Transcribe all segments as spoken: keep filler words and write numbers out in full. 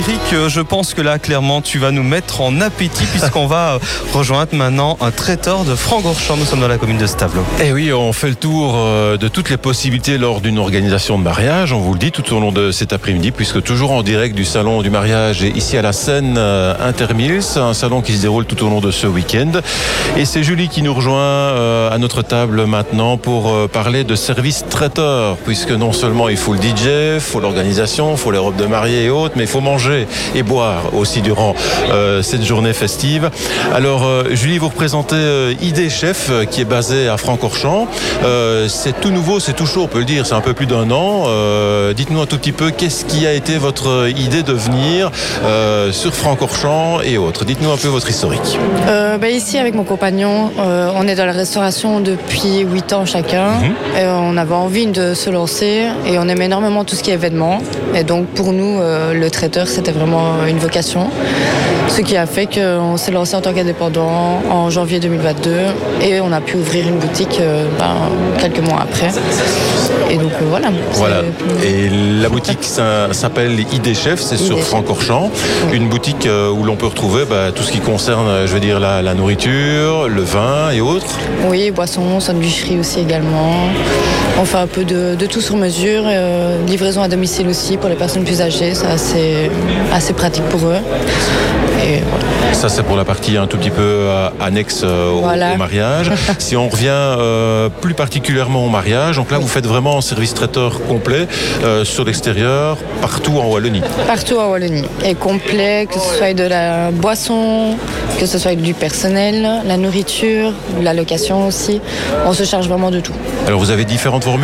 Eric, je pense que là, clairement, tu vas nous mettre en appétit puisqu'on va rejoindre maintenant un traiteur de Francorchamps. Nous sommes dans la commune de Stavelot. Et oui, on fait le tour de toutes les possibilités lors d'une organisation de mariage. On vous le dit tout au long de cet après-midi, puisque toujours en direct du salon du mariage ici à la Seine Intermills, un salon qui se déroule tout au long de ce week-end. Et c'est Julie qui nous rejoint à notre table maintenant pour parler de service traiteur, puisque non seulement il faut le D J, il faut l'organisation, il faut les robes de mariée et autres, mais il faut manger et boire aussi durant euh, cette journée festive. Alors euh, Julie, vous représentez euh, I D Chef euh, qui est basé à Francorchamps. Euh, c'est tout nouveau, c'est tout chaud, on peut le dire, c'est un peu plus d'un an. Euh, dites-nous un tout petit peu, qu'est-ce qui a été votre idée de venir euh, sur Francorchamps et autres? Dites-nous un peu votre historique. Euh, bah ici, avec mon compagnon, euh, on est dans la restauration depuis huit ans chacun. Mm-hmm. Et on avait envie de se lancer et on aime énormément tout ce qui est événements. Et donc pour nous, euh, le traiteur, c'était vraiment une vocation. Ce qui a fait qu'on s'est lancé en tant qu'indépendant en janvier deux mille vingt-deux et on a pu ouvrir une boutique euh, ben, quelques mois après. Et donc euh, voilà. Voilà. Et la boutique ça s'appelle I D Chef, c'est sur Francorchamps. Oui. Une boutique euh, où l'on peut retrouver bah, tout ce qui concerne, je veux dire, la, la nourriture, le vin et autres. Oui, boissons, sandwicherie aussi également. On fait un peu de, de tout sur mesure. Euh, livraison à domicile aussi pour les personnes plus âgées, c'est assez, assez pratique pour eux. Et voilà. Ça, c'est pour la partie un tout petit peu euh, annexe euh, au, voilà. au mariage. Si on revient euh, plus particulièrement au mariage, donc là, oui. Vous faites vraiment un service traiteur complet euh, sur l'extérieur, partout en Wallonie. Partout en Wallonie. Et complet, que ce soit de la boisson, que ce soit du personnel, la nourriture, la location aussi. On se charge vraiment de tout. Alors, vous avez différentes formules ?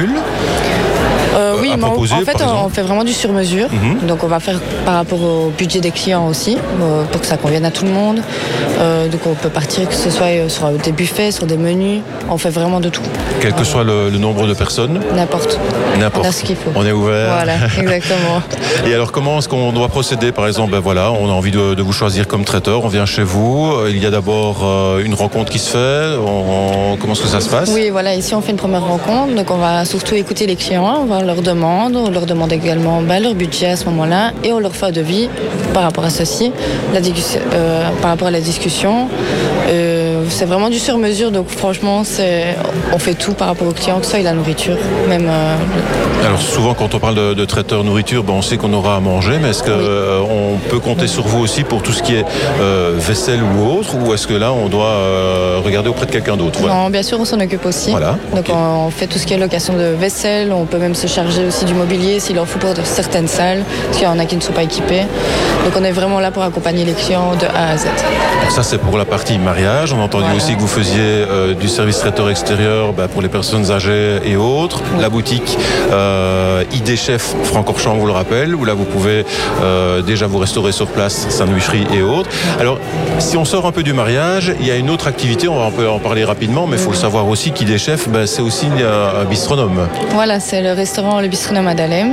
Euh, oui, mais proposer, en fait, on fait vraiment du sur-mesure. Mm-hmm. Donc, on va faire par rapport au budget des clients aussi, euh, pour que ça convienne à tout le monde. Euh, donc, on peut partir que ce soit sur des buffets, sur des menus. On fait vraiment de tout. Quel que euh, soit le, le nombre de personnes ? N'importe. N'importe. On a ce qu'il faut. On est ouvert. Voilà, exactement. Et alors, comment est-ce qu'on doit procéder ? Par exemple, ben voilà, on a envie de, de vous choisir comme traiteur. On vient chez vous. Il y a d'abord euh, une rencontre qui se fait. On, on, comment est-ce que ça se passe ? Oui, voilà. Ici, on fait une première rencontre. Donc, on va surtout écouter les clients. On va leur demande, on leur demande également ben, leur budget à ce moment-là et on leur fait un devis par rapport à ceci, la euh, par rapport à la discussion. Euh, c'est vraiment du sur-mesure, donc franchement, c'est, on fait tout par rapport aux clients, que ce soit la nourriture, même. Euh, Alors souvent, quand on parle de, de traiteur nourriture, ben, on sait qu'on aura à manger, mais est-ce qu'on oui. euh, peut compter oui. sur vous aussi pour tout ce qui est euh, vaisselle ou autre, ou est-ce que là, on doit euh, regarder auprès de quelqu'un d'autre ? Ouais. Non, bien sûr, on s'en occupe aussi. Voilà. Donc okay. on fait tout ce qui est location de vaisselle, on peut même se charger aussi du mobilier s'il en faut pour certaines salles, parce qu'il y en a qui ne sont pas équipées. Donc on est vraiment là pour accompagner les clients de A à Z. Ça c'est pour la partie mariage. On a entendu voilà. aussi que vous faisiez euh, du service traiteur extérieur bah, pour les personnes âgées et autres. Oui. La boutique euh, I D Chef Francorchamps, vous le rappelle, où là vous pouvez euh, déjà vous restaurer sur place, sandwicherie et autres. Alors si on sort un peu du mariage, il y a une autre activité, on va un peu en parler rapidement, mais il faut oui. le savoir aussi qu'I D Chef, bah, c'est aussi un bistronome. Voilà, c'est le restaurant Le Bistronome à Dahlem,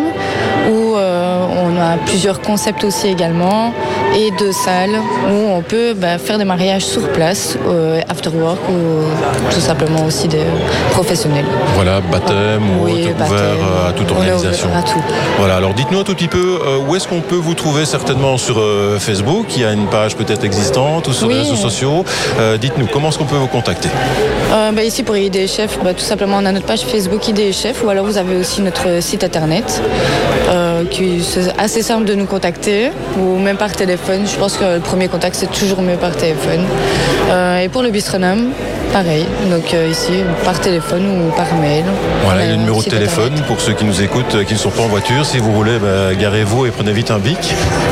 où euh, on a plusieurs concepts aussi également, et deux salles où on peut bah, faire des mariages sur place, euh, after work, ou tout simplement aussi des professionnels. Voilà, baptême ou oui, autre, ouvert à toute organisation. À tout. Voilà, alors dites-nous un tout petit peu euh, où est-ce qu'on peut vous trouver, certainement sur euh, Facebook, il y a une page peut-être existante, ou sur oui. les réseaux sociaux. Euh, dites-nous, comment est-ce qu'on peut vous contacter ? euh, bah, Ici pour I D Chef, bah, tout simplement on a notre page Facebook I D Chef, ou alors vous avez aussi notre site internet, euh, qui c'est assez simple de nous contacter, ou même par téléphone. Je pense que le premier contact c'est toujours mieux par téléphone. Euh, et pour le bistronome, pareil, donc euh, ici par téléphone ou par mail. Voilà, le numéro de téléphone internet. Pour ceux qui nous écoutent, qui ne sont pas en voiture, si vous voulez, bah, garez-vous et prenez vite un bic.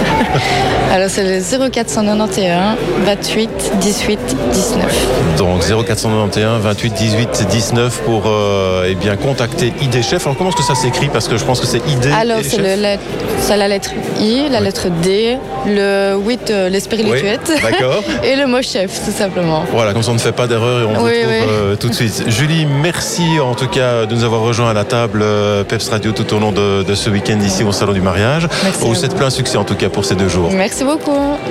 Alors c'est le zéro quatre cent quatre-vingt-onze vingt-huit dix-huit dix-neuf. Donc zéro quatre cent quatre-vingt-onze vingt-huit dix-huit dix-neuf pour euh, eh bien contacter I D Chef. Alors comment est-ce que ça s'écrit ? Parce que je pense que c'est I D. Alors c'est, le, la, c'est la lettre I, la oui. lettre D, le huit, euh, l'espérituette, oui, d'accord. et le mot chef tout simplement. Voilà, comme ça on ne fait pas d'erreur et on vous oui, retrouve oui. euh, tout de suite. Julie, merci en tout cas de nous avoir rejoints à la table euh, Peps Radio tout au long de, de ce week-end ici au Salon du Mariage. Merci. Vous souhaite plein succès en tout cas pour ces deux jours. Merci beaucoup.